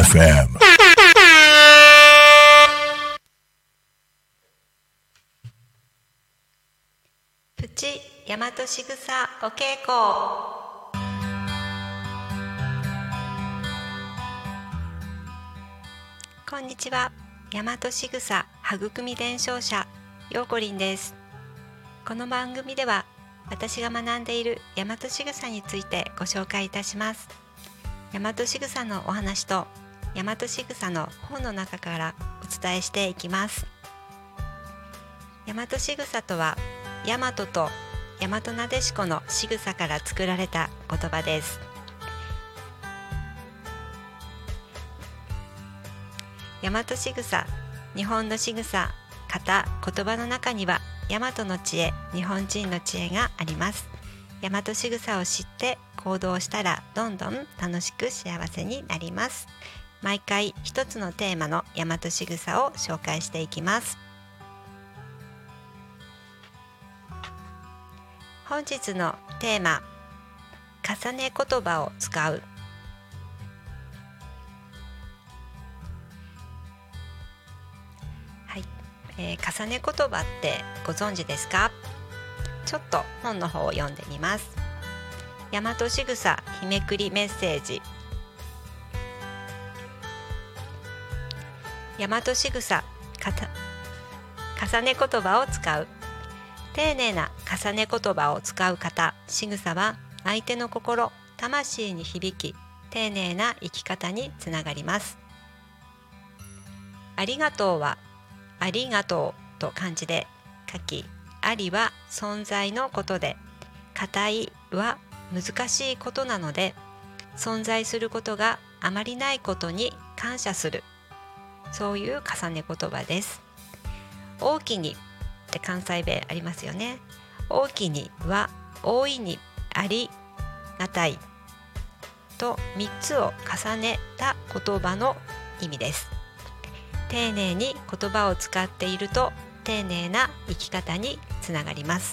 FM。 プチ大和しぐさお稽古。こんにちは。大和しぐさ育み伝承者ようこりんです。この番組では私が学んでいる大和しぐさについてご紹介いたします。大和しぐさのお話と大和しぐさの本の中からお伝えしていきます。大和しぐさとは大和と大和なでしこのしぐさから作られた言葉です。大和しぐさ、日本のしぐさ、型、言葉の中には大和の知恵、日本人の知恵があります。大和しぐさを知って行動したらどんどん楽しく幸せになります。毎回一つのテーマの大和しぐさを紹介していきます。本日のテーマ、重ね言葉を使う。はい、重ね言葉ってご存知ですか？ちょっと本の方を読んでみます。大和しぐさ日めくりメッセージ。大和しぐさ重ね言葉を使う。丁寧な重ね言葉を使う方、しぐさは相手の心、魂に響き、丁寧な生き方につながります。ありがとうはありがとうと漢字で書き、ありは存在のことで、固いは難しいことなので、存在することがあまりないことに感謝する、そういう重ね言葉です。大きにって関西弁ありますよね。大きには大いに、ありがたいと3つを重ねた言葉の意味です。丁寧に言葉を使っていると丁寧な生き方につながります。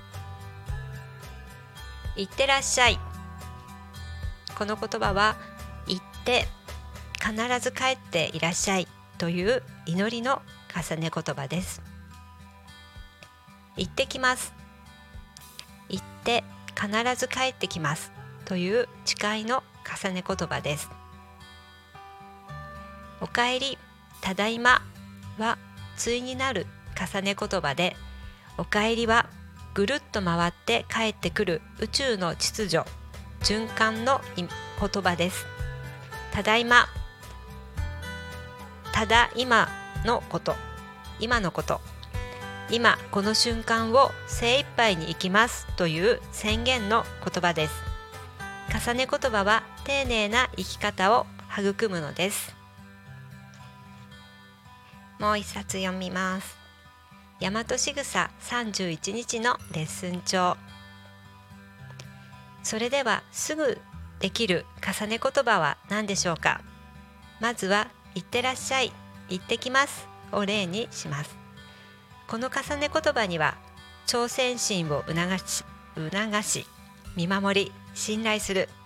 いってらっしゃい。この言葉は言って必ず帰っていらっしゃいという祈りの重ね言葉です。行ってきます。行って必ず帰ってきますという誓いの重ね言葉です。おかえり、ただいまは対になる重ね言葉で、おかえりはぐるっと回って帰ってくる宇宙の秩序、循環の言葉です。ただいま、ただ今のこと、今のこと、今この瞬間を精一杯に生きますという宣言の言葉です。重ね言葉は丁寧な生き方を育むのです。もう一冊読みます。大和しぐさ31日のレッスン帳。それではすぐできる重ね言葉は何でしょうか？まずは、いってらっしゃい、行ってきますを例にします。この重ね言葉には、挑戦心を促し、見守り、信頼する。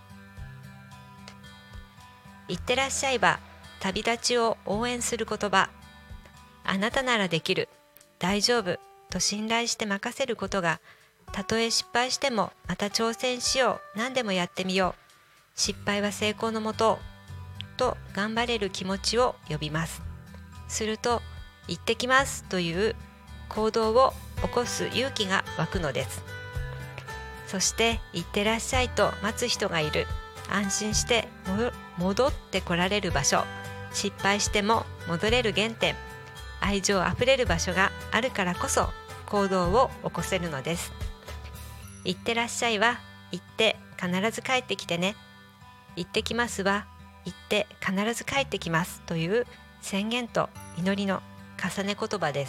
いってらっしゃいは、旅立ちを応援する言葉。あなたならできる、大丈夫と信頼して任せることが、たとえ失敗してもまた挑戦しよう、何でもやってみよう、失敗は成功のもとと頑張れる気持ちを呼びます。すると、行ってきますという行動を起こす勇気が湧くのです。そして、行ってらっしゃいと待つ人がいる、安心して戻ってこられる場所、失敗しても戻れる原点、愛情あふれる場所があるからこそ行動を起こせるのです。行ってらっしゃいは、行って必ず帰ってきてね。行ってきますは、行って必ず帰ってきますという宣言と祈りの重ね言葉です。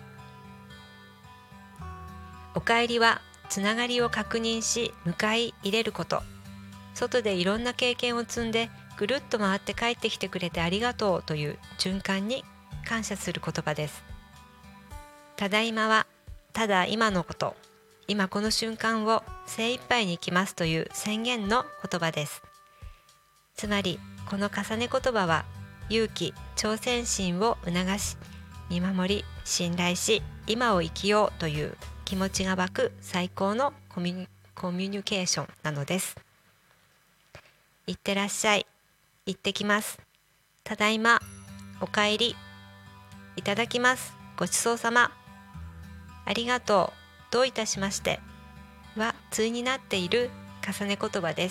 おかえりはつながりを確認し迎え入れること。外でいろんな経験を積んでぐるっと回って帰ってきてくれてありがとうという循環に感謝する言葉です。ただいまはただ今のこと、今この瞬間を精一杯に生きますという宣言の言葉です。 つまりこの重ね言葉は勇気、挑戦心を促し、見守り、信頼し、今を生きようという気持ちが湧く最高のコミュニケーションなのです。いってらっしゃい、行ってきます、ただいま、おかえり、いただきます、ごちそうさま、ありがとう、どういたしましては対になっている重ね言葉です。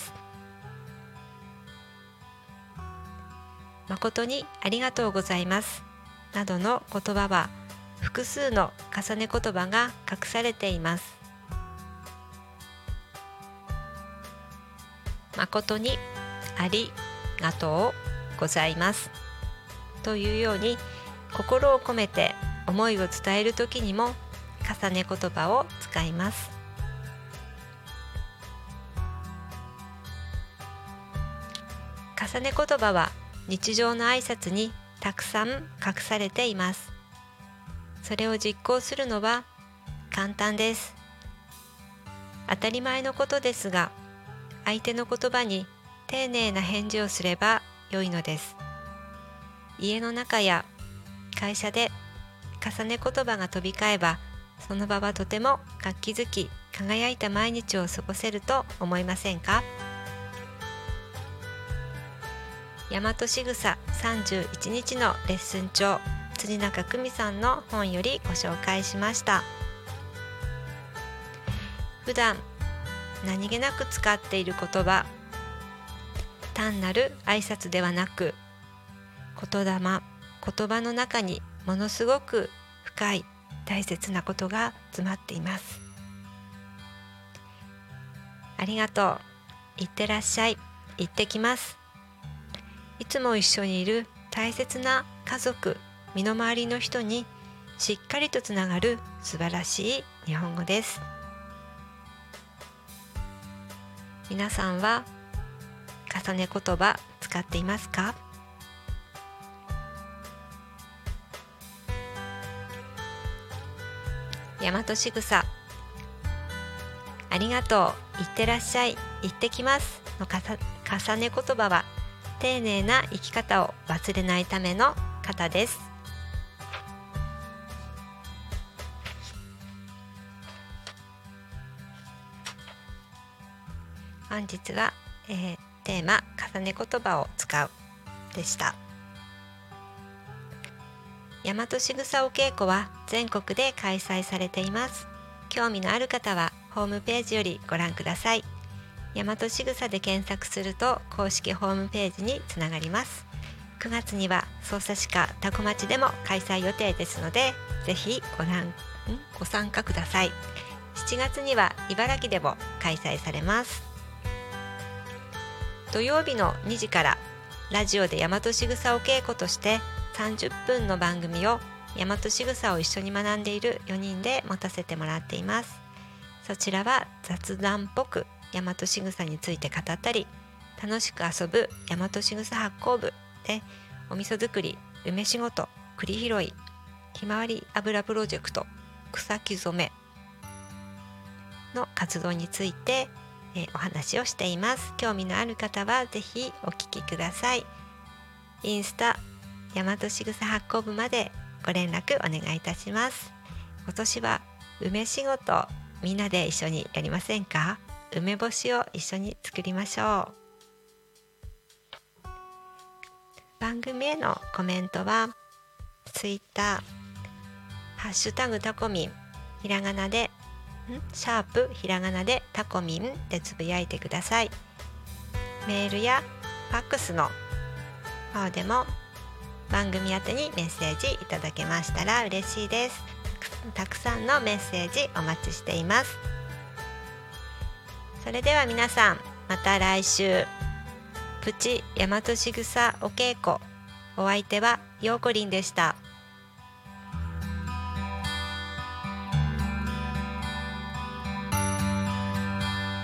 誠にありがとうございますなどの言葉は複数の重ね言葉が隠されています。誠にありがとうございますというように、心を込めて思いを伝えるときにも重ね言葉を使います。重ね言葉は日常の挨拶にたくさん隠されています。それを実行するのは簡単です。当たり前のことですが、相手の言葉に丁寧な返事をすれば良いのです。家の中や会社で重ね言葉が飛び交えば、その場はとても活気づき、輝いた毎日を過ごせると思いませんか？大和しぐさ31日のレッスン帳、辻中久美さんの本よりご紹介しました。普段何気なく使っている言葉、単なる挨拶ではなく、言葉の中にものすごく深い大切なことが詰まっています。ありがとう、いってらっしゃい、行ってきます。いつも一緒にいる大切な家族、身の回りの人にしっかりとつながる素晴らしい日本語です。皆さんは重ね言葉使っていますか？大和しぐさ、ありがとう、いってらっしゃい、行ってきますの重ね言葉は、丁寧な生き方を忘れないための型です。本日は、テーマ重ね言葉を使うでした。大和しぐさお稽古は全国で開催されています。興味のある方はホームページよりご覧ください。大和しぐさで検索すると公式ホームページにつながります。9月には匝瑳市か多古町でも開催予定ですので、ぜひご参加ください。7月には茨城でも開催されます。土曜日の2時からラジオで大和しぐさお稽古として30分の番組を大和しぐさを一緒に学んでいる4人で持たせてもらっています。そちらは雑談っぽく大和しぐさについて語ったり、楽しく遊ぶ大和しぐさ発酵部でお味噌作り、梅仕事、栗拾い、ひまわり油プロジェクト、草木染めの活動についてお話をしています。興味のある方はぜひお聞きください。インスタ大和しぐさ発酵部までご連絡お願いいたします。今年は梅仕事みんなで一緒にやりませんか？梅干しを一緒に作りましょう。番組へのコメントはツイッターハッシュタグタコミンひらがなでシャープひらがなでタコミンでつぶやいてください。メールやファックスの方でも番組宛てにメッセージいただけましたら嬉しいです。たくさんのメッセージお待ちしています。それでは皆さん、また来週。プチ大和しぐさお稽古、お相手はようこりんでした。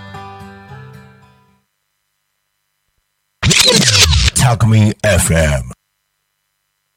タコミン FM